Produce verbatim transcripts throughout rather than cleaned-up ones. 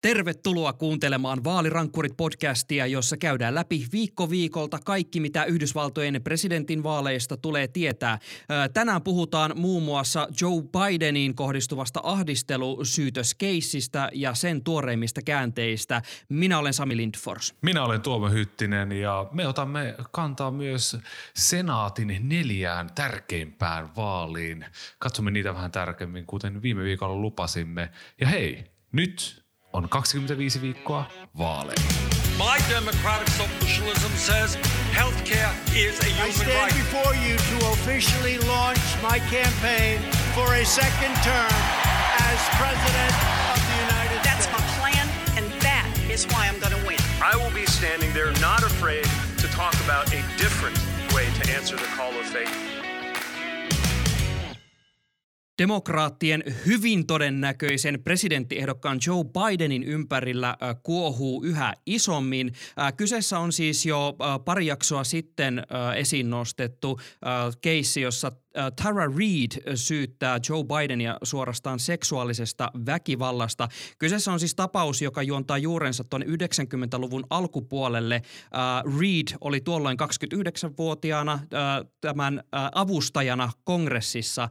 Tervetuloa kuuntelemaan Vaalirankkurit-podcastia, jossa käydään läpi viikko viikolta kaikki, mitä Yhdysvaltojen presidentinvaaleista tulee tietää. Tänään puhutaan muun muassa Joe Bideniin kohdistuvasta ahdistelusyytöskeissistä ja sen tuoreimmista käänteistä. Minä olen Sami Lindfors. Minä olen Tuomo Hyttinen ja me otamme kantaa myös senaatin neljään tärkeimpään vaaliin. Katsomme niitä vähän tarkemmin, kuten viime viikolla lupasimme. Ja hei, nyt on kaksikymmentäviisi viikkoa vaaleja. My democratic socialism says healthcare is a human I stand right. before you to officially launch my campaign for a second term as president of the United That's States. my plan, and that is why I'm going to win. I will be standing there not afraid to talk about a different way to answer the call of faith. Demokraattien hyvin todennäköisen presidenttiehdokkaan Joe Bidenin ympärillä äh, kuohuu yhä isommin. Äh, kyseessä on siis jo äh, pari jaksoa sitten äh, esiin nostettu äh, keissi, jossa äh, Tara Reade syyttää Joe Bidenia suorastaan seksuaalisesta väkivallasta. Kyseessä on siis tapaus, joka juontaa juurensa tuonne yhdeksänkymmentäluvun alkupuolelle. Äh, Reade oli tuolloin kaksikymmentäyhdeksänvuotiaana äh, tämän äh, avustajana kongressissa.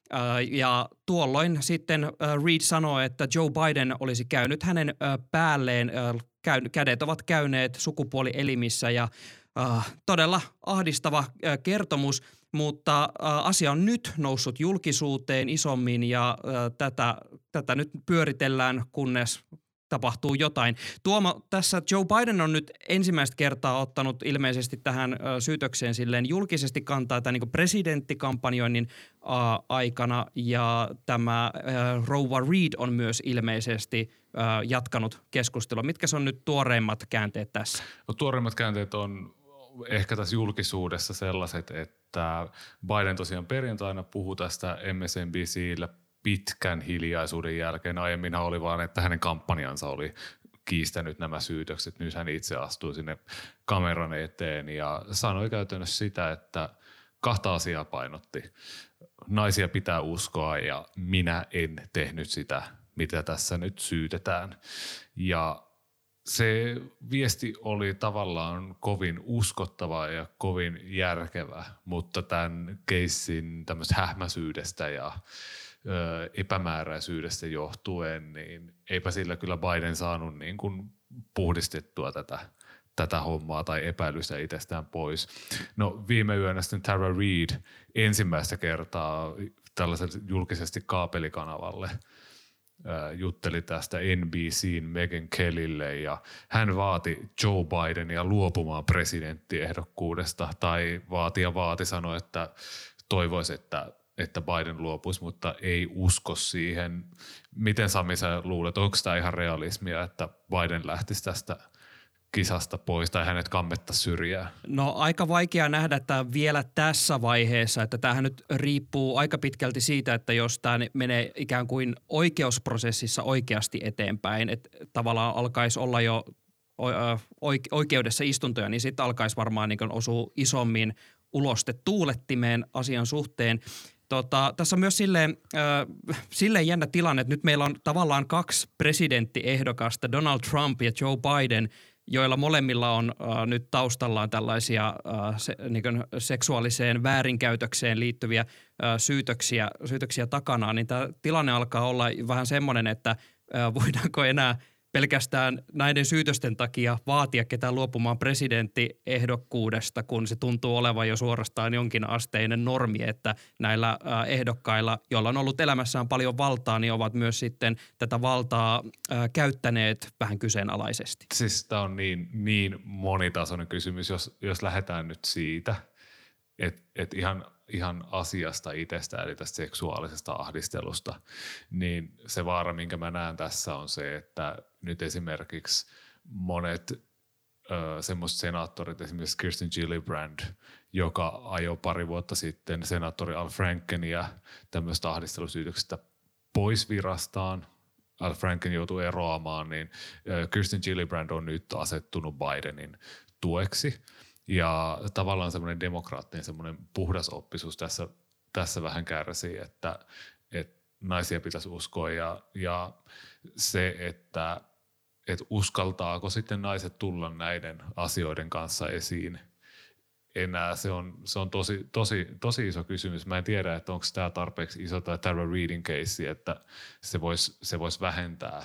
Ja tuolloin sitten Reade sanoi, että Joe Biden olisi käynyt hänen päälleen, kädet ovat käyneet sukupuolielimissä ja todella ahdistava kertomus, mutta asia on nyt noussut julkisuuteen isommin ja tätä, tätä nyt pyöritellään, kunnes tapahtuu jotain. Tuomo, tässä Joe Biden on nyt ensimmäistä kertaa ottanut ilmeisesti tähän ö, syytökseen silleen julkisesti kantaa tämän niin presidenttikampanjoinnin ö, aikana ja tämä ö, rouva Reade on myös ilmeisesti ö, jatkanut keskustelua. Mitkä on nyt tuoreimmat käänteet tässä? No, tuoreimmat käänteet on ehkä tässä julkisuudessa sellaiset, että Biden tosiaan perjantaina puhui tästä M S N B C:llä pitkän hiljaisuuden jälkeen. Aiemminhan oli vaan, että hänen kampanjansa oli kiistänyt nämä syytökset. Nyt hän itse astui sinne kameran eteen ja sanoi käytännössä sitä, että kahta asiaa painotti. Naisia pitää uskoa ja minä en tehnyt sitä, mitä tässä nyt syytetään. Ja se viesti oli tavallaan kovin uskottava ja kovin järkevä, mutta tämän keissin tämmöistä hähmäisyydestä ja epämääräisyydestä johtuen, niin eipä sillä kyllä Biden saanut niin kuin puhdistettua tätä, tätä hommaa tai epäilystä itsestään pois. No viime yönä sitten Tara Reade ensimmäistä kertaa tällaiselle julkisesti kaapelikanavalle jutteli tästä N B C:n Megyn Kellylle ja hän vaati Joe Bidenia luopumaan presidenttiehdokkuudesta tai vaati ja vaati sanoi, että toivoisi, että että Biden luopuisi, mutta ei usko siihen. Miten Sami sä luulet, onko tämä ihan realismia, että Biden lähtisi tästä kisasta pois tai hänet kammettaisi syrjään? No aika vaikea nähdä että vielä tässä vaiheessa, että tämähän nyt riippuu aika pitkälti siitä, että jos tämä menee ikään kuin oikeusprosessissa oikeasti eteenpäin, että tavallaan alkaisi olla jo oikeudessa istuntoja, niin sitten alkaisi varmaan niin osua isommin uloste tuulettimeen asian suhteen. Tota, tässä on myös silleen, äh, silleen jännä tilanne, että nyt meillä on tavallaan kaksi presidenttiehdokasta, Donald Trump ja Joe Biden, joilla molemmilla on äh, nyt taustallaan tällaisia äh, se, niin kuin seksuaaliseen väärinkäytökseen liittyviä äh, syytöksiä, syytöksiä takanaan, niin tämä tilanne alkaa olla vähän semmoinen, että äh, voidaanko enää pelkästään näiden syytösten takia vaatia ketään luopumaan presidenttiehdokkuudesta, kun se tuntuu olevan jo suorastaan jonkin asteinen normi, että näillä ehdokkailla, joilla on ollut elämässään paljon valtaa, niin ovat myös sitten tätä valtaa käyttäneet vähän kyseenalaisesti. Siis tämä on niin, niin monitasoinen kysymys, jos, jos lähdetään nyt siitä, että et ihan ihan asiasta itsestään, eli tästä seksuaalisesta ahdistelusta, niin se vaara, minkä mä näen tässä on se, että nyt esimerkiksi monet ö, semmoiset senaattorit, esimerkiksi Kirsten Gillibrand, joka ajoi pari vuotta sitten senaattori Al Frankenia tämmöistä ahdistelusyytöksestä pois virastaan, Al Franken joutui eroamaan, niin ö, Kirsten Gillibrand on nyt asettunut Bidenin tueksi. Ja tavallaan semmoinen demokraattinen semmoinen puhdasoppisuus tässä, tässä vähän kärsii, että, että naisia pitäisi uskoa ja, ja se, että et uskaltaako sitten naiset tulla näiden asioiden kanssa esiin enää. Se on, se on tosi, tosi, tosi iso kysymys. Mä en tiedä, että onko tämä tarpeeksi iso tämä Tara Reidin case, että se voisi se vois vähentää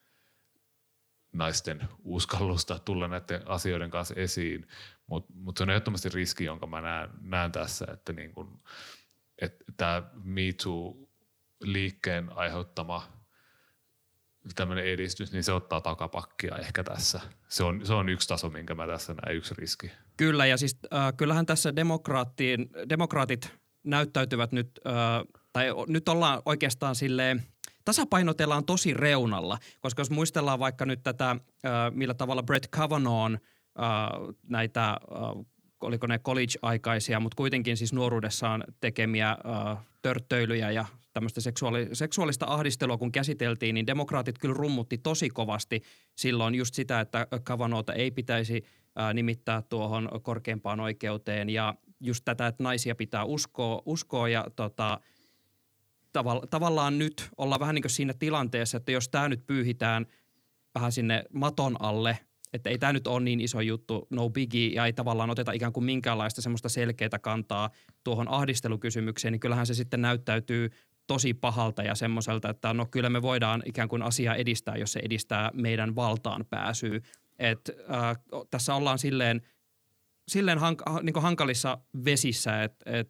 naisten uskallusta tulla näiden asioiden kanssa esiin, mutta mut se on ehdottomasti riski, jonka mä näen, näen tässä, että niin kun, et tämä Me Too-liikkeen aiheuttama tämmöinen edistys, niin se ottaa takapakkia ehkä tässä. Se on, se on yksi taso, minkä mä tässä näen, yksi riski. Kyllä, ja siis äh, kyllähän tässä demokraatit näyttäytyvät nyt, äh, tai nyt ollaan oikeastaan silleen, tasapainotellaan tosi reunalla, koska jos muistellaan vaikka nyt tätä, äh, millä tavalla Brett Kavanaughn äh, näitä, äh, oliko ne college-aikaisia, mutta kuitenkin siis nuoruudessaan tekemiä äh, törttöilyjä ja tämmöistä seksuaali- seksuaalista ahdistelua, kun käsiteltiin, niin demokraatit kyllä rummutti tosi kovasti silloin just sitä, että Kavanaughta ei pitäisi äh, nimittää tuohon korkeimpaan oikeuteen ja just tätä, että naisia pitää uskoa, uskoa ja tota, tav- tavallaan nyt ollaan vähän niin kuin siinä tilanteessa, että jos tämä nyt pyyhitään vähän sinne maton alle, että ei tämä nyt ole niin iso juttu, no biggie, ja ei tavallaan oteta ikään kuin minkäänlaista semmoista selkeää kantaa tuohon ahdistelukysymykseen, niin kyllähän se sitten näyttäytyy tosi pahalta ja semmoiselta, että no kyllä me voidaan ikään kuin asiaa edistää, jos se edistää meidän valtaan pääsyä. Että äh, tässä ollaan silleen, silleen hank- niin kuin hankalissa vesissä, että et,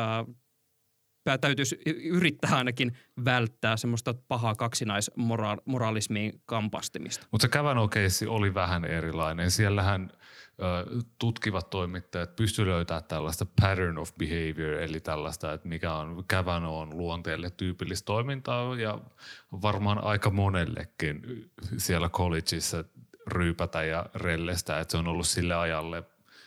äh, täytyisi yrittää ainakin välttää semmoista pahaa kaksinaismoralismiin kampastimista. Mutta se Kavanaugh-keissi oli vähän erilainen. Siellähän ö, tutkivat toimittajat pystyivät löytämään tällaista pattern of behavior, eli tällaista, että mikä on Kavanaughn luonteelle tyypillistä toimintaa ja varmaan aika monellekin siellä collegeissa ryypätä ja rellestä, että se on ollut sille ajalle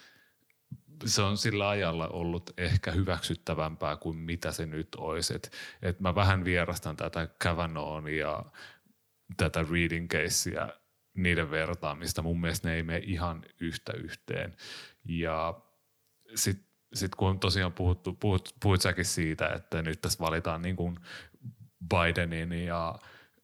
se on sillä ajalla ollut ehkä hyväksyttävämpää kuin mitä se nyt olisi. Et, et mä vähän vierastan tätä Kavanaughn ja tätä Reidin casea, niiden vertaamista. Mun mielestä ne ei mene ihan yhtä yhteen. Ja sitten sit kun tosiaan puhuttu, puhut, puhut säkin siitä, että nyt tässä valitaan niin kuin Bidenin ja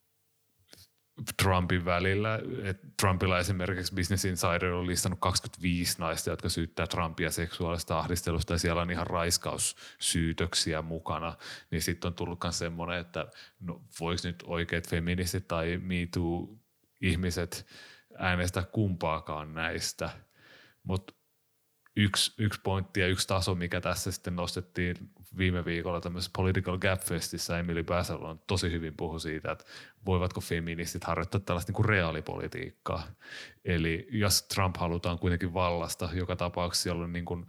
Trumpin välillä. Et Trumpilla esimerkiksi Business Insider on listannut kaksikymmentäviisi naista, jotka syyttää Trumpia seksuaalista ahdistelusta ja siellä on ihan raiskaussyytöksiä mukana. Niin sitten on tullut myös semmoinen, että no, voiko nyt oikeat feministit tai Me Too-ihmiset äänestää kumpaakaan näistä. Mutta yksi, yksi pointti ja yksi taso, mikä tässä sitten nostettiin viime viikolla tämmöisessä Political Gap-festissä, Emily Bazelon tosi hyvin puhui siitä, että voivatko feministit harjoittaa tällaista niin kuin reaalipolitiikkaa. Eli jos Trump halutaan kuitenkin vallasta, joka tapauksessa siellä on niin kuin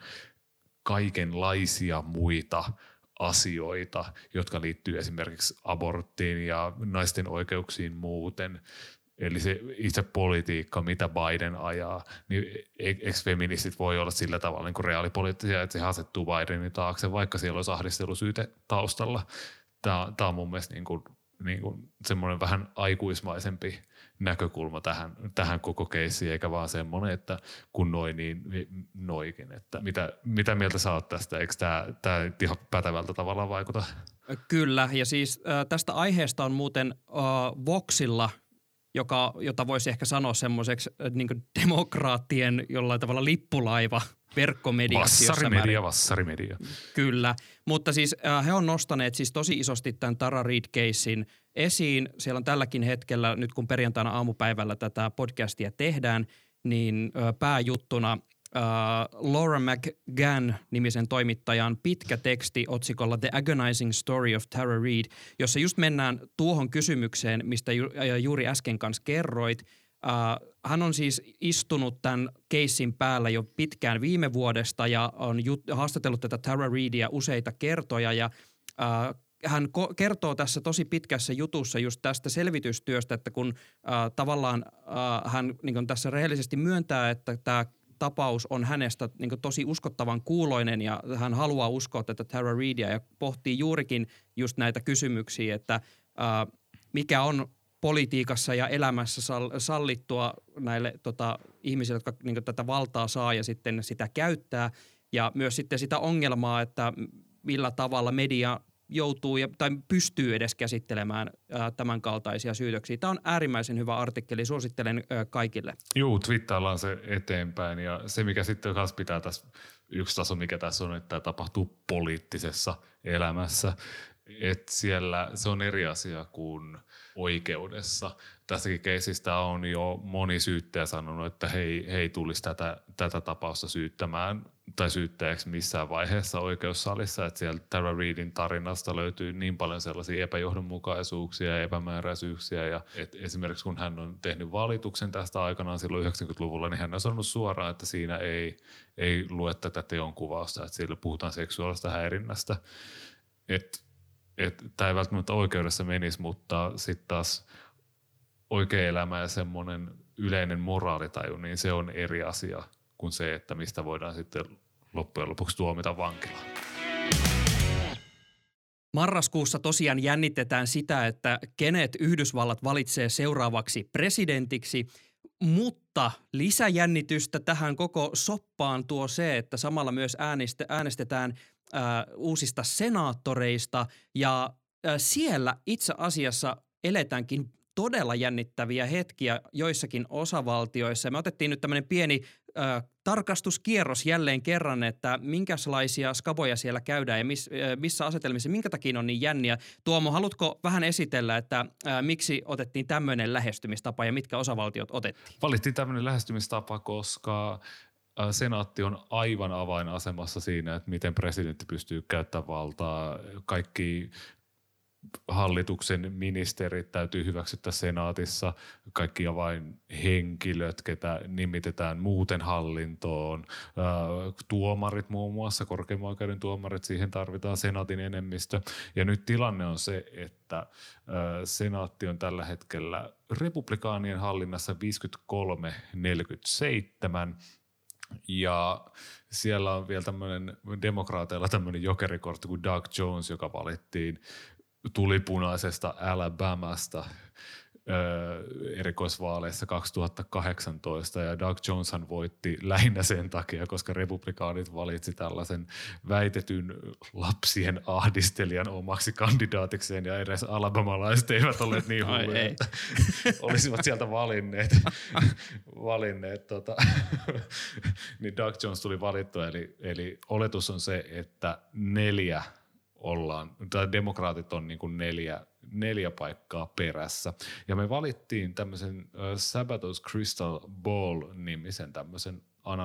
kaikenlaisia muita asioita, jotka liittyy esimerkiksi aborttiin ja naisten oikeuksiin muuten. Eli se itse politiikka, mitä Biden ajaa, niin eikö feministit voi olla sillä tavalla niin kuin reaalipoliittisia, että se asettuu Bidenin taakse, vaikka siellä olisi ahdistelusyyte taustalla. Tämä, tämä on mun mielestä niin kuin, niin kuin semmoinen vähän aikuismaisempi näkökulma tähän, tähän koko keissiin, eikä vaan semmoinen, että kun noin, niin noikin. Että mitä, mitä mieltä sä oot tästä? Eikö tämä, tämä ihan pätevältä tavalla vaikuta? Kyllä, ja siis äh, tästä aiheesta on muuten äh, Voxilla – Joka, jota voisi ehkä sanoa semmoiseksi niin kuin demokraattien jollain tavalla lippulaiva verkkomediaksi. Vassarimedia, vassarimedia. Kyllä, mutta siis äh, he on nostaneet siis tosi isosti tämän Tara Reid-keissin esiin. Siellä on tälläkin hetkellä, nyt kun perjantaina aamupäivällä tätä podcastia tehdään, niin äh, pääjuttuna Uh, Laura McGann-nimisen toimittajan pitkä teksti otsikolla The Agonizing Story of Tara Reid, jossa just mennään tuohon kysymykseen, mistä ju- juuri äsken kanssa kerroit. Uh, hän on siis istunut tämän keissin päällä jo pitkään viime vuodesta ja on jut- haastatellut tätä Tara Reidia useita kertoja ja uh, hän ko- kertoo tässä tosi pitkässä jutussa just tästä selvitystyöstä, että kun uh, tavallaan uh, hän niin kuin tässä rehellisesti myöntää, että tämä tapaus on hänestä niin kuin tosi uskottavan kuuloinen ja hän haluaa uskoa tätä Tara Reidia ja pohtii juurikin just näitä kysymyksiä, että ää, mikä on politiikassa ja elämässä sallittua näille tota, ihmisille, jotka niin kuin tätä valtaa saa ja sitten sitä käyttää ja myös sitten sitä ongelmaa, että millä tavalla media joutuu ja, tai pystyy edes käsittelemään ää, tämän kaltaisia syytöksiä. Tämä on äärimmäisen hyvä artikkeli, suosittelen ää, kaikille. Joo, twittaillaan se eteenpäin ja se mikä sitten myös pitää tässä, yksi taso mikä tässä on, että tämä tapahtuu poliittisessa elämässä, että siellä se on eri asia kuin oikeudessa. Tässäkin keisistä on jo moni syyttäjä sanonut, että he ei, he ei tulisi tätä, tätä tapausta syyttämään tai syyttäjäksi missään vaiheessa oikeussalissa, että sieltä Tara Reidin tarinasta löytyy niin paljon sellaisia epäjohdonmukaisuuksia ja epämääräisyyksiä. Ja et esimerkiksi kun hän on tehnyt valituksen tästä aikanaan silloin yhdeksänkymmentäluvulla, niin hän on sanonut suoraan, että siinä ei, ei lue tätä teon kuvausta, että siellä puhutaan seksuaalista häirinnästä. Että et, tämä ei välttämättä oikeudessa menisi, mutta sitten taas oikea elämä ja semmoinen yleinen moraalitaju, niin se on eri asia kuin se, että mistä voidaan sitten loppujen lopuksi tuomita vankilaan. Marraskuussa tosiaan jännitetään sitä, että kenet Yhdysvallat valitsee seuraavaksi presidentiksi, mutta lisäjännitystä tähän koko soppaan tuo se, että samalla myös äänestetään äh, uusista senaattoreista ja äh, siellä itse asiassa eletäänkin todella jännittäviä hetkiä joissakin osavaltioissa. Me otettiin nyt tämmöinen pieni äh, tarkastuskierros jälleen kerran, että minkälaisia skaboja siellä käydään ja miss, äh, missä asetelmissa, minkä takia on niin jänniä. Tuomo, haluatko vähän esitellä, että äh, miksi otettiin tämmöinen lähestymistapa ja mitkä osavaltiot otettiin? Valittiin tämmöinen lähestymistapa, koska äh, senaatti on aivan avainasemassa siinä, että miten presidentti pystyy käyttämään valtaa. Kaikki hallituksen ministerit täytyy hyväksyttää senaatissa, kaikki avainhenkilöt, ketä nimitetään muuten hallintoon, tuomarit muun muassa, korkeimman oikeuden tuomarit, siihen tarvitaan senaatin enemmistö. Ja nyt tilanne on se, että senaatti on tällä hetkellä republikaanien hallinnassa viisikymmentäkolme neljäkymmentäseitsemän. Ja siellä on vielä tämmöinen demokraateilla tämmöinen jokerikortti kuin Doug Jones, joka valittiin tulipunaisesta Alabamasta öö, erikoisvaaleissa kaksituhattakahdeksantoista ja Doug Joneshan voitti lähinnä sen takia, koska republikaanit valitsi tällaisen väitetyn lapsien ahdistelijan omaksi kandidaatikseen ja edes alabamalaiset eivät olleet niin hulluja, että olisivat sieltä valinneet, valinneet tota. Niin Doug Jones tuli valittua, eli, eli oletus on se, että neljä ollaan, tai demokraatit on niin kuin neljä, neljä paikkaa perässä. Ja me valittiin tämmöisen uh, Sabatos Crystal Ball-nimisen tämmöisen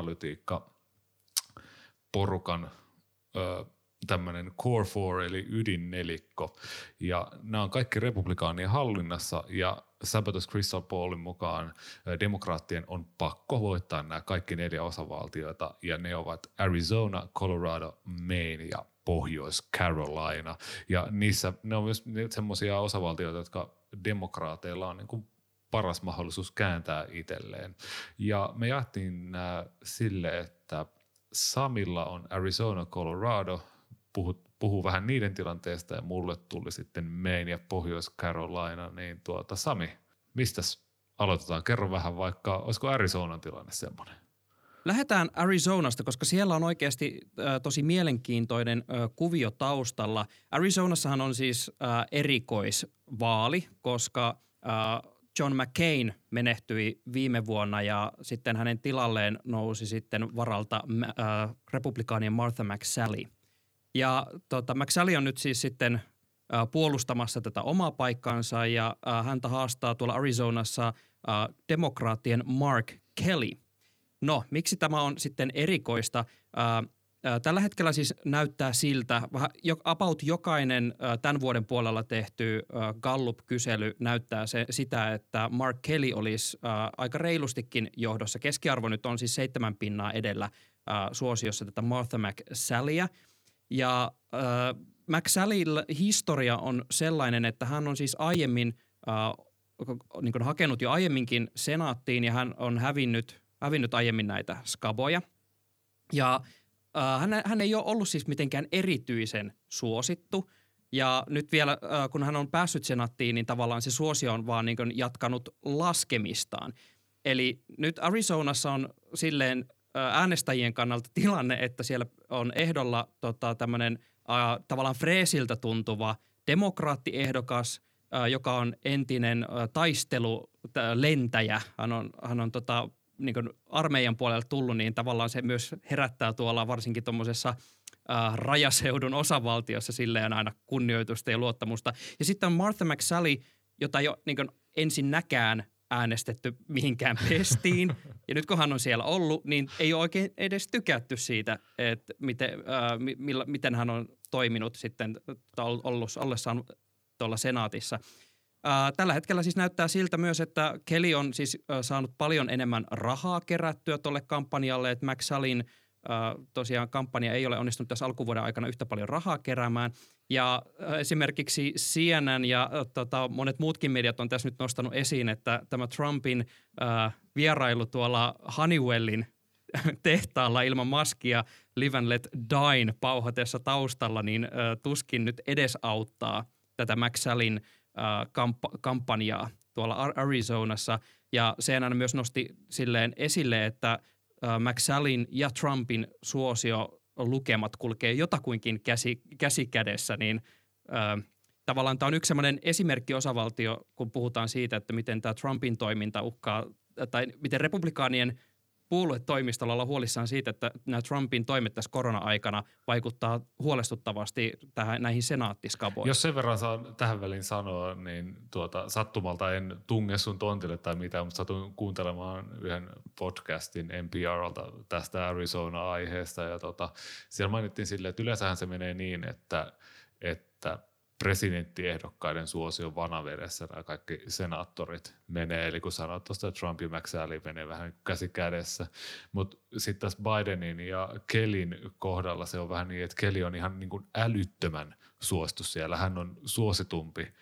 analytiikka-porukan uh, tämmöinen Core Four, eli ydinnelikko. Ja nämä on kaikki republikaanien hallinnassa, ja Sabatos Crystal Ballin mukaan uh, demokraattien on pakko voittaa nämä kaikki neljä osavaltiota, ja ne ovat Arizona, Colorado, Maine ja Pohjois-Carolina, ja niissä ne on myös semmoisia osavaltioita, jotka demokraateilla on niin kuin paras mahdollisuus kääntää itselleen. Ja me jaettiin nämä sille, että Samilla on Arizona, Colorado, puhuu, puhuu vähän niiden tilanteesta, ja mulle tuli sitten Maine ja Pohjois-Carolina, niin tuota Sami, mistäs aloitetaan? Kerro vähän vaikka, olisiko Arizonan tilanne semmoinen? Lähdetään Arizonasta, koska siellä on oikeasti äh, tosi mielenkiintoinen äh, kuvio taustalla. Arizonassahan on siis äh, erikoisvaali, koska äh, John McCain menehtyi viime vuonna ja sitten hänen tilalleen nousi sitten varalta äh, republikaanien Martha McSally. Ja tota, McSally on nyt siis sitten äh, puolustamassa tätä omaa paikkaansa ja äh, häntä haastaa tuolla Arizonassa äh, demokraattien Mark Kelly. No, miksi tämä on sitten erikoista? Ää, ää, tällä hetkellä siis näyttää siltä, vähän jo, about jokainen ää, tämän vuoden puolella tehty ää, Gallup-kysely näyttää se, sitä, että Mark Kelly olisi ää, aika reilustikin johdossa. Keskiarvo nyt on siis seitsemän pinnaa edellä ää, suosiossa tätä Martha McSallyä. Ja ää, McSallylla historia on sellainen, että hän on siis aiemmin ää, niin kuin hakenut jo aiemminkin senaattiin ja hän on hävinnyt hävinnyt aiemmin näitä skaboja. Ja äh, hän, hän ei ole ollut siis mitenkään erityisen suosittu. Ja nyt vielä, äh, kun hän on päässyt senaattiin, niin tavallaan se suosio on vaan niin kuin jatkanut laskemistaan. Eli nyt Arizonassa on silleen äh, äänestäjien kannalta tilanne, että siellä on ehdolla tota, tämmöinen äh, tavallaan freesiltä tuntuva demokraattiehdokas, äh, joka on entinen äh, taistelulentäjä. Hän on, hän on tota, niin kuin armeijan puolelta tullut, niin tavallaan se myös herättää tuolla varsinkin tuommoisessa äh, rajaseudun osavaltiossa silleen aina kunnioitusta ja luottamusta. Ja sitten on Martha McSally, jota ei ole niin kuin ensinnäkään äänestetty mihinkään pestiin. Ja nyt kun hän on siellä ollut, niin ei ole oikein edes tykätty siitä, että miten, äh, millä, miten hän on toiminut sitten ollut, ollessaan tuolla senaatissa. Äh, tällä hetkellä siis näyttää siltä myös, että Kelly on siis äh, saanut paljon enemmän rahaa kerättyä tuolle kampanjalle, että McSallyn äh, tosiaan kampanja ei ole onnistunut tässä alkuvuoden aikana yhtä paljon rahaa keräämään. Ja äh, esimerkiksi C N N ja äh, tota, monet muutkin mediat on tässä nyt nostanut esiin, että tämä Trumpin äh, vierailu tuolla Honeywellin tehtaalla ilman maskia Live and Let Dine pauhatessa taustalla, niin äh, tuskin nyt edesauttaa tätä McSallyn äh, kamp- kampanjaa tuolla Arizonassa. Ja C N N myös nosti silleen esille, että äh, McSallyn ja Trumpin suosio lukemat kulkee jotakuinkin käsi, käsi kädessä, niin äh, tavallaan tämä on yksi sellainen esimerkki osavaltio, kun puhutaan siitä, että miten tämä Trumpin toiminta uhkaa, tai miten republikaanien puoluetoimistolla ollaan huolissaan siitä, että nämä Trumpin toimet tässä korona-aikana vaikuttaa huolestuttavasti tähän, näihin senaattiskaboihin. Jos sen verran saan tähän väliin sanoa, niin tuota, sattumalta en tunge sun tontille tai mitään, mutta satuin kuuntelemaan yhden podcastin N P R:lta tästä Arizona-aiheesta. Ja tota, siellä mainittiin silleen, että yleensähän se menee niin, että, että presidenttiehdokkaiden suosio vanavedessä nämä kaikki senaattorit menee. Eli kun sanoit tuosta, että Trump ja McSally menee vähän käsi kädessä. Mutta sitten taas Bidenin ja Kellyn kohdalla se on vähän niin, että Kelly on ihan niin kuin älyttömän suosittu siellä. Hän on suositumpi äh,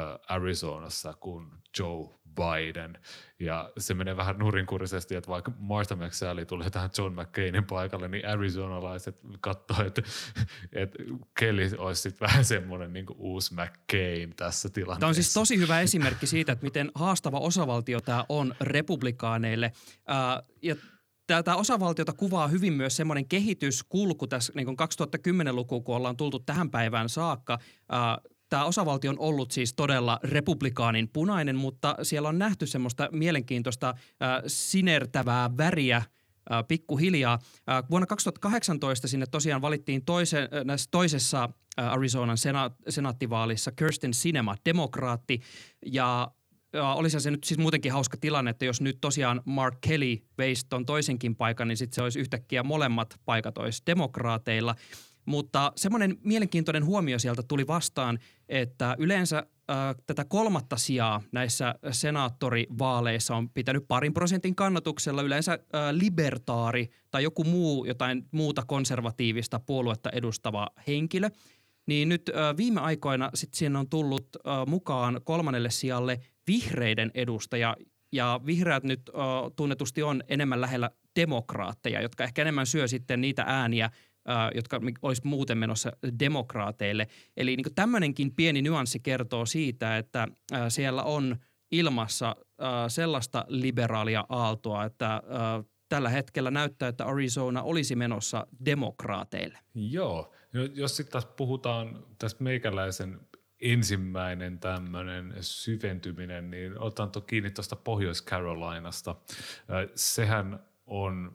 Arizonassa kuin Joe Biden. Ja se menee vähän nurinkurisesti, että vaikka Martha McSally tulee tähän John McCainin paikalle, niin arizonalaiset katsoo, että, että Kelly olisi sitten vähän semmoinen niin kuin uusi McCain tässä tilanteessa. Tämä on siis tosi hyvä esimerkki siitä, että miten haastava osavaltio tämä on republikaaneille. Äh, ja Tätä osavaltiota kuvaa hyvin myös semmoinen kehityskulku tässä niin kuin kaksituhattakymmenen-luku, kun ollaan tultu tähän päivään saakka. Äh, Tämä osavaltio on ollut siis todella republikaanin punainen, mutta siellä on nähty semmoista mielenkiintoista äh, sinertävää väriä äh, pikkuhiljaa. Äh, vuonna kaksituhattakahdeksantoista sinne tosiaan valittiin toise, äh, toisessa äh, Arizonan sena- senaattivaalissa Kirsten Sinema, demokraatti, ja äh, olisi se nyt siis muutenkin hauska tilanne, että jos nyt tosiaan Mark Kelly veisi ton toisenkin paikan, niin sitten se olisi yhtäkkiä molemmat paikat olisi demokraateilla. Mutta semmoinen mielenkiintoinen huomio sieltä tuli vastaan, että yleensä äh, tätä kolmatta sijaa näissä senaattorivaaleissa on pitänyt parin prosentin kannatuksella yleensä äh, libertaari tai joku muu, jotain muuta konservatiivista puoluetta edustava henkilö. Niin nyt äh, viime aikoina sitten siinä on tullut äh, mukaan kolmannelle sijalle vihreiden edustaja, ja vihreät nyt äh, tunnetusti on enemmän lähellä demokraatteja, jotka ehkä enemmän syö sitten niitä ääniä, Uh, jotka olisi muuten menossa demokraateille. Eli niin kuin tämmöinenkin pieni nyanssi kertoo siitä, että uh, siellä on ilmassa uh, sellaista liberaalia aaltoa, että uh, tällä hetkellä näyttää, että Arizona olisi menossa demokraateille. Joo. Jos sitten taas puhutaan tästä meikäläisen ensimmäinen tämmöinen syventyminen, niin otan to kiinni tuosta Pohjois-Carolinasta. Uh, sehän on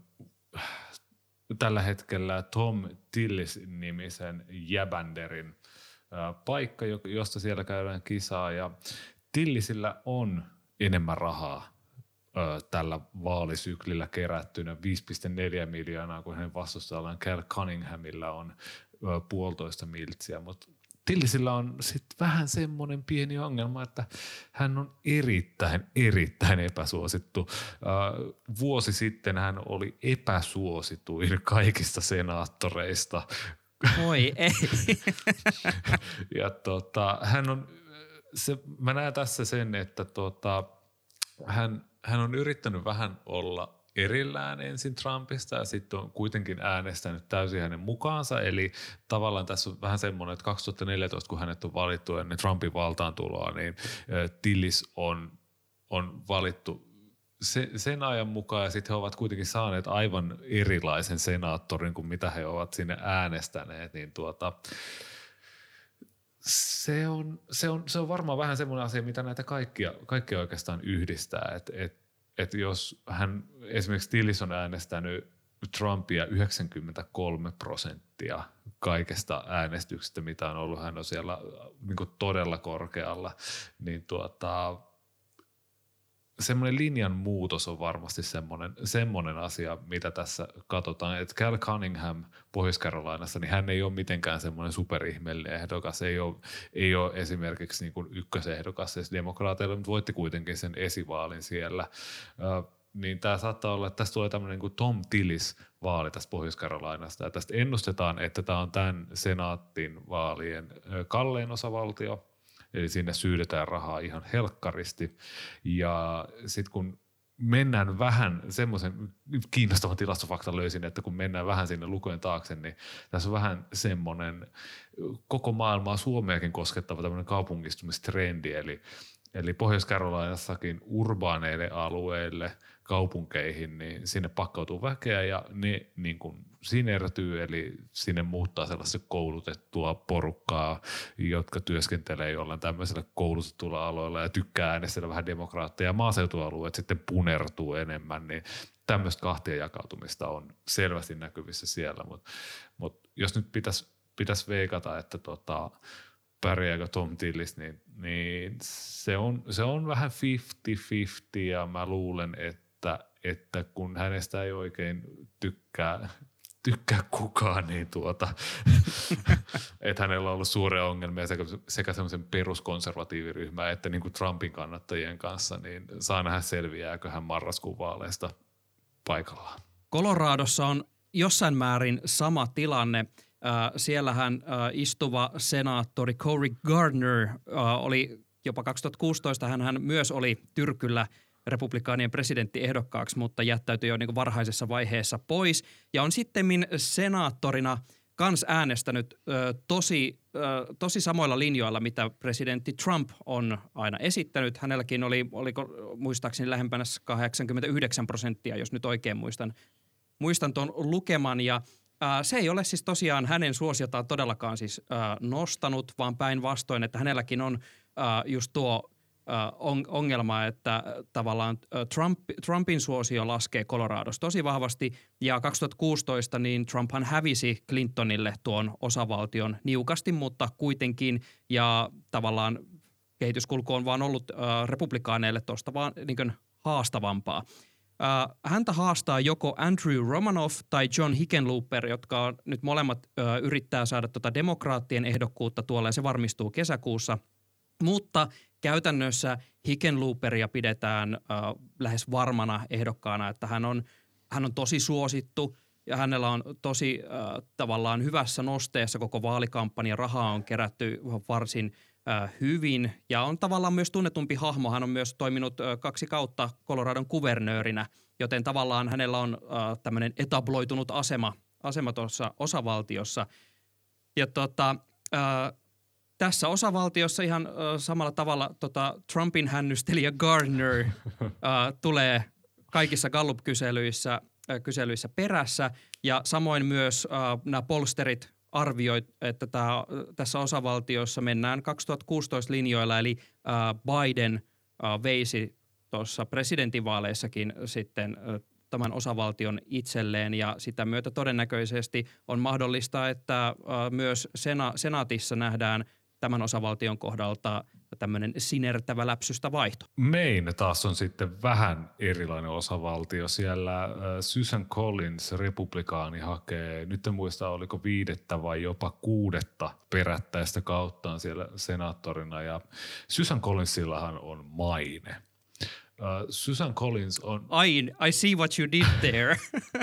tällä hetkellä Tom Tillis-nimisen jäbänderin ää, paikka, josta siellä käydään kisaa. Ja Tillisillä on enemmän rahaa ää, tällä vaalisyklillä kerättynä, viisi pilkku neljä miljoonaa, kun hänen vastustajallaan Cal Cunninghamilla on ää, puolitoista miltsiä. Mutta Tillisillä on sitten vähän semmoinen pieni ongelma, että hän on erittäin, erittäin epäsuosittu. Äh, vuosi sitten hän oli epäsuosituin kaikista senaattoreista. Oi ei. Ja tota, hän on, se, mä näen tässä sen, että tota, hän, hän on yrittänyt vähän olla erillään ensin Trumpista ja sitten on kuitenkin äänestänyt täysin hänen mukaansa. Eli tavallaan tässä on vähän semmoinen, että kaksituhattaneljätoista, kun hänet on valittu ennen Trumpin valtaantuloa, niin Tillis on, on valittu se, sen ajan mukaan ja sitten he ovat kuitenkin saaneet aivan erilaisen senaattorin kuin mitä he ovat sinne äänestäneet, niin tuota, se, on, se, on, se on varmaan vähän semmoinen asia, mitä näitä kaikkia, kaikkia oikeastaan yhdistää, että et, et jos hän esimerkiksi Tillis on äänestänyt Trumpia yhdeksänkymmentäkolme prosenttia kaikesta äänestyksestä, mitä on ollut, hän on siellä niin kuin todella korkealla, niin tuota, semmoinen linjan muutos on varmasti semmoinen, semmoinen asia, mitä tässä katsotaan. Että Cal Cunningham Pohjois-Carolinassa, niin hän ei ole mitenkään semmoinen superihmeellinen ehdokas. Ei ole, ei ole esimerkiksi niin kuin ykkösehdokas siis demokraateilla, mutta voitti kuitenkin sen esivaalin siellä. Uh, niin tämä saattaa olla, että tästä tulee tämmöinen niin kuin Tom Tillis-vaali tästä Pohjois-Carolinasta. Ja tästä ennustetaan, että tämä on tämän senaatin vaalien kallein osavaltio. Eli sinne syydetään rahaa ihan helkkaristi. Ja sitten kun mennään vähän, semmoisen kiinnostavan tilastofaktan löysin, että kun mennään vähän sinne lukujen taakse, niin tässä on vähän semmoinen koko maailmaa Suomeakin koskettava tämmöinen kaupungistumistrendi. Eli, eli Pohjois-Carolinassakin urbaaneille alueille, kaupunkeihin, niin sinne pakkautuu väkeä ja ne niin kuin sinertyy, eli sinne muuttaa sellaista koulutettua porukkaa, jotka työskentelee jollain tämmöisellä koulutetulla aloilla ja tykkää äänestellä vähän demokraatteja. Maaseutualueet sitten punertuu enemmän, niin tämmöistä kahtia jakautumista on selvästi näkyvissä siellä, mutta mut jos nyt pitäisi pitäis veikata, että tota, pärjääkö Tom Tillis, niin, niin se, on, se on vähän viisikymmentä viisikymmentä ja mä luulen, että Että, että kun hänestä ei oikein tykkää, tykkää kukaan, niin tuota, että hänellä on ollut suuria ongelmia sekä, sekä semmoisen peruskonservatiiviryhmän että niin kuin Trumpin kannattajien kanssa, niin saa nähdä selviääkö hän marraskuun vaaleista paikallaan. Coloradossa on jossain määrin sama tilanne. Äh, siellähän äh, istuva senaattori Cory Gardner äh, oli jopa kaksituhattakuusitoista, hän, hän myös oli tyrkyllä republikaanien presidenttiehdokkaaksi, mutta jättäytyi jo niin kuin varhaisessa vaiheessa pois. Ja on sittemmin senaattorina kans äänestänyt ö, tosi, ö, tosi samoilla linjoilla, mitä presidentti Trump on aina esittänyt. Hänelläkin oli, oliko muistaakseni lähempänä kahdeksankymmentäyhdeksän prosenttia, jos nyt oikein muistan, muistan tuon lukeman. Ja ö, se ei ole siis tosiaan hänen suosiotaan todellakaan siis ö, nostanut, vaan päinvastoin, että hänelläkin on ö, just tuo ongelma, että tavallaan Trump, Trumpin suosio laskee Coloradossa tosi vahvasti ja kaksituhattakuusitoista niin Trumphan hävisi Clintonille tuon osavaltion niukasti, mutta kuitenkin ja tavallaan kehityskulku on vaan ollut republikaaneille tuosta vaan niin kuin haastavampaa. Häntä haastaa joko Andrew Romanoff tai John Hickenlooper, jotka on nyt molemmat yrittää saada tuota demokraattien ehdokkuutta tuolla ja se varmistuu kesäkuussa, mutta käytännössä Hickenlooperia pidetään äh, lähes varmana ehdokkaana, että hän on, hän on tosi suosittu ja hänellä on tosi äh, tavallaan hyvässä nosteessa koko vaalikampanja. Rahaa on kerätty varsin äh, hyvin ja on tavallaan myös tunnetumpi hahmo. Hän on myös toiminut äh, kaksi kautta Coloradon kuvernöörinä, joten tavallaan hänellä on äh, tämmöinen etabloitunut asema, asema tuossa osavaltiossa. Ja tota... Äh, Tässä osavaltiossa ihan äh, samalla tavalla tota, Trumpin hännystelijä Gardner äh, tulee kaikissa Gallup-kyselyissä äh, kyselyissä perässä ja samoin myös äh, nämä polsterit arvioi, että tää, tässä osavaltiossa mennään kaksituhattakuusitoista linjoilla eli äh, Biden äh, veisi tuossa presidentinvaaleissakin sitten äh, tämän osavaltion itselleen ja sitä myötä todennäköisesti on mahdollista, että äh, myös sena- senaatissa nähdään tämän osavaltion kohdalta tämmöinen sinertävä läpsystä vaihto. Maine taas on sitten vähän erilainen osavaltio. Siellä äh, Susan Collins, republikaani, hakee, nyt en muista oliko viidettä vai jopa kuudetta perättäistä kauttaan siellä senaattorina. Ja Susan Collinsillahan on maine. Uh, Susan Collins on... I, I see what you did there.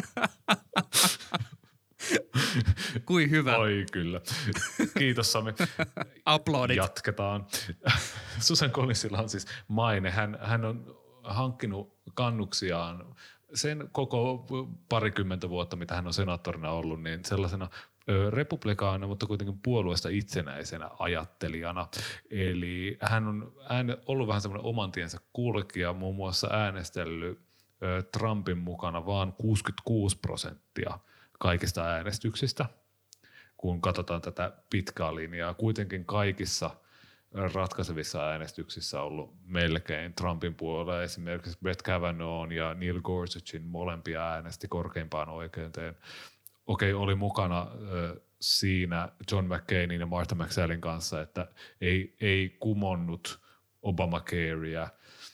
Kui hyvä. Oi kyllä. Kiitos Sami. Aplodit. Jatketaan. Susan Collinsilla on siis maine. Hän, hän on hankkinut kannuksiaan sen koko parikymmentä vuotta, mitä hän on senaattorina ollut, niin sellaisena republikaana, mutta kuitenkin puolueesta itsenäisenä ajattelijana. Eli hän on hän ollut vähän semmoinen oman tiensä kulkija, muun muassa äänestellyt Trumpin mukana vaan kuusikymmentäkuusi prosenttia kaikista äänestyksistä, kun katsotaan tätä pitkää linjaa. Kuitenkin kaikissa ratkaisevissa äänestyksissä on ollut melkein Trumpin puolella. Esimerkiksi Brett Kavanagh ja Neil Gorsuchin molempia äänesti korkeimpaan oikeuteen. Okei, oli mukana äh, siinä John McCainin ja Martha McSalin kanssa, että ei, ei kumonnut Obamacarea.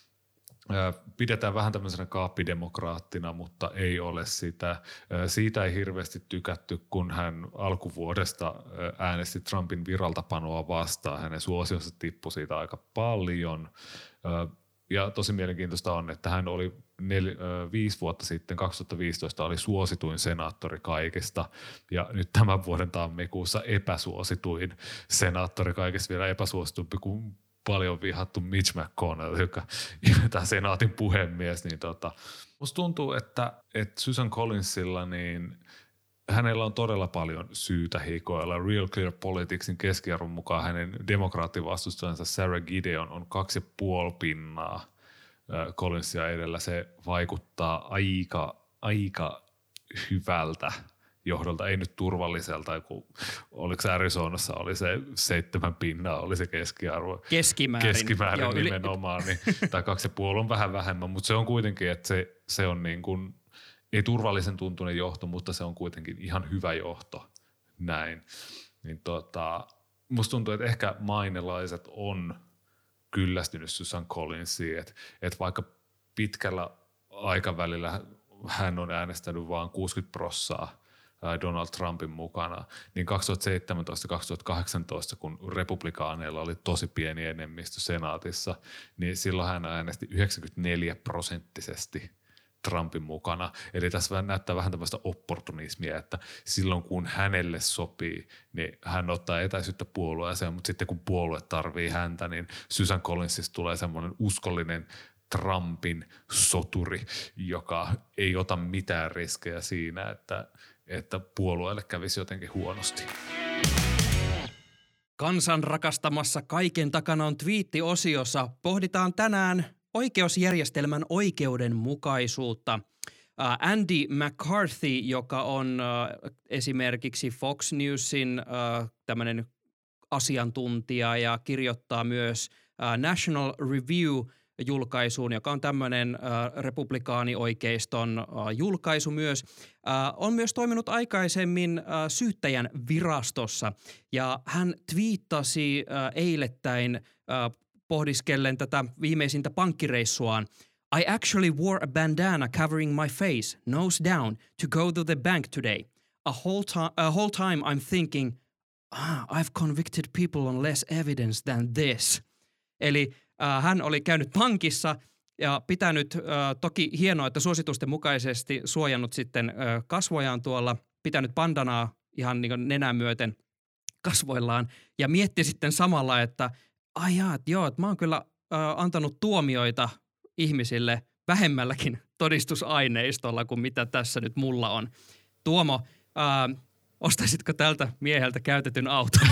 Pidetään vähän tämmöisenä kaappidemokraattina, mutta ei ole sitä. Siitä ei hirveästi tykätty, kun hän alkuvuodesta äänesti Trumpin viraltapanoa vastaan. Hänen suosiossa tippui siitä aika paljon. Ja tosi mielenkiintoista on, että hän oli nel, viisi vuotta sitten, kaksituhattaviisitoista, oli suosituin senaattori kaikista. Ja nyt tämän vuoden tammikuussa epäsuosituin senaattori kaikista, vielä epäsuositumpi kuin paljon vihattu Mitch McConnell, joka tämä senaatin puhemies, niin tota, musta tuntuu, että, että Susan Collinsilla, niin hänellä on todella paljon syytä hikoilla. Real Clear Politicsin keskiarvon mukaan hänen demokraattivastustajansa Sarah Gideon on kaksi ja puoli pinnaa Collinsia edellä. Se vaikuttaa aika, aika hyvältä johdolta, ei nyt turvalliselta, kun oliko Arizonassa oli se seitsemän pinnaa, oli se keskiarvo. Keskimäärin. Keskimäärin Joo, nimenomaan, niin, tai kaksi ja puoli on vähän vähemmän, mutta se on kuitenkin, että se, se on niin kuin, ei turvallisen tuntunen johto, mutta se on kuitenkin ihan hyvä johto, näin. Niin tota, musta tuntuu, että ehkä mainelaiset on kyllästynyt Susan Collinsiin, että, että vaikka pitkällä aikavälillä hän on äänestänyt vain kuusikymmentä prosenttia Donald Trumpin mukana, niin kaksituhattaseitsemäntoista kaksituhattakahdeksantoista, kun republikaaneilla oli tosi pieni enemmistö senaatissa, niin silloin hän äänesti yhdeksänkymmentäneljä prosenttisesti Trumpin mukana. Eli tässä näyttää vähän tämmöistä opportunismia, että silloin kun hänelle sopii, niin hän ottaa etäisyyttä puolueeseen, mutta sitten kun puolue tarvii häntä, niin Susan Collinsista tulee semmoinen uskollinen Trumpin soturi, joka ei ota mitään riskejä siinä, että että puolueelle kävisi jotenkin huonosti. Kansan rakastamassa Kaiken takana on twiittiosiossa pohditaan tänään oikeusjärjestelmän oikeudenmukaisuutta. Andy McCarthy, joka on esimerkiksi Fox Newsin tämmöinen asiantuntija ja kirjoittaa myös National Review julkaisuun, joka on tämmöinen äh, republikaanioikeiston äh, julkaisu myös, äh, on myös toiminut aikaisemmin äh, syyttäjän virastossa. Ja hän twiittasi äh, eilettäin äh, pohdiskellen tätä viimeisintä pankkireissuaan. I actually wore a bandana covering my face, nose down, to go to the bank today. A whole, to- a whole time I'm thinking, ah, I've convicted people on less evidence than this. Eli äh, hän oli käynyt pankissa ja pitänyt, äh, toki hienoa, että suositusten mukaisesti suojannut sitten äh, kasvojaan tuolla, pitänyt bandanaa ihan niin kuin nenän myöten kasvoillaan ja mietti sitten samalla, että ai jaa, joo, että mä oon kyllä äh, antanut tuomioita ihmisille vähemmälläkin todistusaineistolla kuin mitä tässä nyt mulla on. Tuomo, äh, ostaisitko tältä mieheltä käytetyn auton?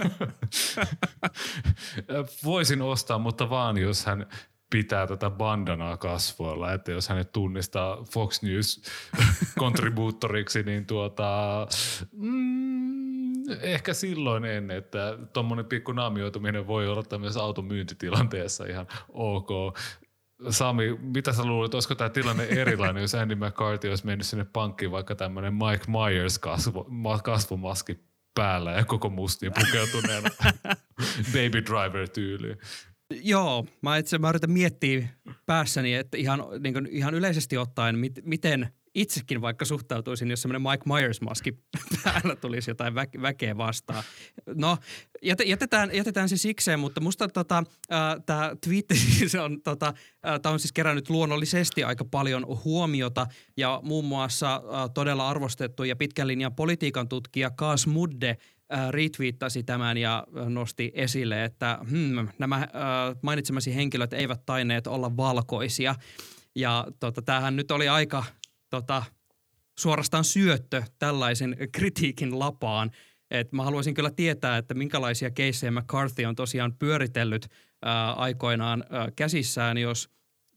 Voisin ostaa, mutta vaan jos hän pitää tätä bandanaa kasvoilla, että jos hänet tunnistaa Fox News-kontribuuttoriksi, niin tuota, mm, ehkä silloin en, että tommonen pikku naamioituminen voi olla tämmöisessä auton myyntitilanteessa ihan ok. Sami, mitä sä luulet, olisiko tämä tilanne erilainen, jos Andy McCarthy olisi mennyt sinne pankkiin vaikka tämmöinen Mike Myers kasvo, kasvomaski päällä ja koko mustiin pukeutuneena Baby Driver-tyyliin? Joo, mä itse mä yritän miettiä päässäni, että ihan, niin kuin, ihan yleisesti ottaen, mit, miten itsekin vaikka suhtautuisin, jos semmoinen Mike Myers-maski päällä tulisi jotain vä- väkeä vastaan. No, jätetään, jätetään se sikseen, mutta musta tota, tämä twiitti siis on, tota, tää on siis kerännyt luonnollisesti aika paljon huomiota ja muun muassa ä, todella arvostettu ja pitkän linjan politiikan tutkija Kaas Mudde retweettasi tämän ja nosti esille, että hmm, nämä äh, mainitsemasi henkilöt eivät tainneet olla valkoisia. Ja tota, tämähän nyt oli aika tota, suorastaan syöttö tällaisen kritiikin lapaan. Et mä haluaisin kyllä tietää, että minkälaisia keissejä McCarthy on tosiaan pyöritellyt äh, aikoinaan äh, käsissään, jos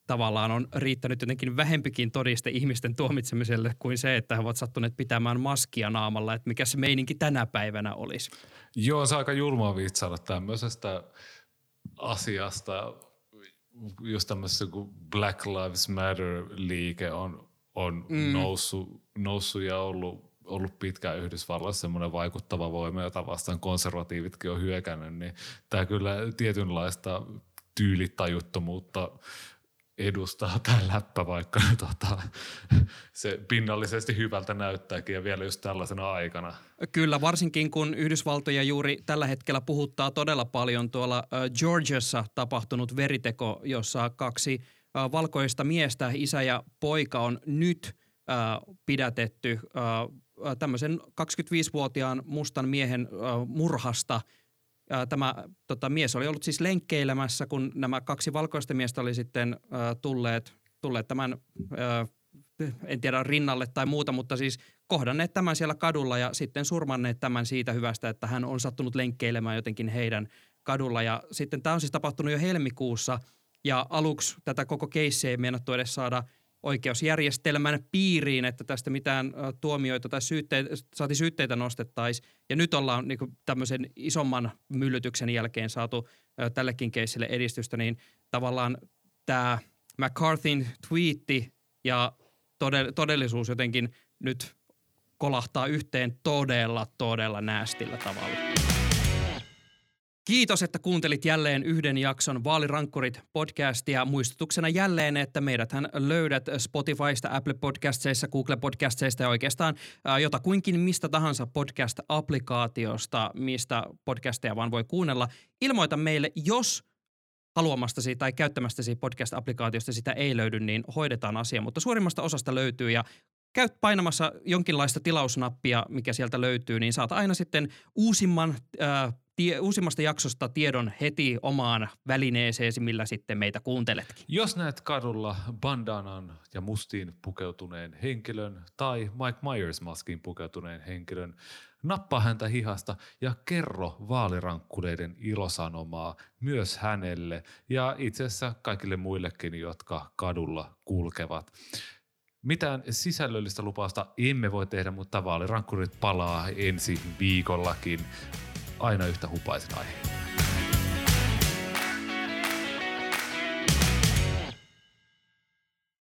tavallaan on riittänyt jotenkin vähempikin todiste ihmisten tuomitsemiselle kuin se, että he ovat sattuneet pitämään maskia naamalla, että mikä se meininki tänä päivänä olisi. Joo, se on aika julmaa vitsailla tämmöisestä asiasta, just tämmöisessä kuin Black Lives Matter-liike on, on mm. noussut, noussut ja ollut, ollut pitkään Yhdysvalloissa semmoinen vaikuttava voima, jota vastaan konservatiivitkin on hyökännyt, niin tämä kyllä tietynlaista tyylitajuttomuutta edustaa tämä läppä, vaikka tota, se pinnallisesti hyvältä näyttääkin ja vielä just tällaisena aikana. Kyllä, varsinkin kun Yhdysvaltoja juuri tällä hetkellä puhuttaa todella paljon tuolla Georgiassa tapahtunut veriteko, jossa kaksi valkoista miestä, isä ja poika, on nyt pidätetty tämmöisen kaksikymmentäviisivuotiaan mustan miehen murhasta. Tämä tota, mies oli ollut siis lenkkeilemässä, kun nämä kaksi valkoista miestä oli sitten äh, tulleet, tulleet tämän, äh, en tiedä rinnalle tai muuta, mutta siis kohdanneet tämän siellä kadulla ja sitten surmanneet tämän siitä hyvästä, että hän on sattunut lenkkeilemään jotenkin heidän kadulla. Ja sitten tämä on siis tapahtunut jo helmikuussa ja aluksi tätä koko keissiä ei meinattu edes saada oikeusjärjestelmän piiriin, että tästä mitään tuomioita tai syytteitä, saati syytteitä nostettaisiin. Ja nyt ollaan niin kuin tämmöisen isomman myllytyksen jälkeen saatu tällekin keissille edistystä, niin tavallaan tämä McCarthyn twiitti ja todellisuus jotenkin nyt kolahtaa yhteen todella, todella näästillä tavalla. Kiitos, että kuuntelit jälleen yhden jakson Vaalirankkurit-podcastia. Muistutuksena jälleen, että meidäthän löydät Spotifysta, Apple Podcastseissa, Google Podcastseista ja oikeastaan ää, jotakuinkin mistä tahansa podcast-applikaatiosta, mistä podcasteja vaan voi kuunnella. Ilmoita meille, jos haluamastasi tai käyttämästäsi podcast-applikaatiosta sitä ei löydy, niin hoidetaan asia. Mutta suurimmasta osasta löytyy ja käyt painamassa jonkinlaista tilausnappia, mikä sieltä löytyy, niin saat aina sitten uusimman ää, Tie, uusimmasta jaksosta tiedon heti omaan välineeseesi, millä sitten meitä kuunteletkin. Jos näet kadulla bandanan ja mustiin pukeutuneen henkilön tai Mike Myers-maskiin pukeutuneen henkilön, nappaa häntä hihasta ja kerro vaalirankkureiden ilosanomaa myös hänelle ja itse asiassa kaikille muillekin, jotka kadulla kulkevat. Mitään sisällöllistä lupausta emme voi tehdä, mutta vaalirankkurit palaa ensi viikollakin. Aina yhtä hupaisin aihe.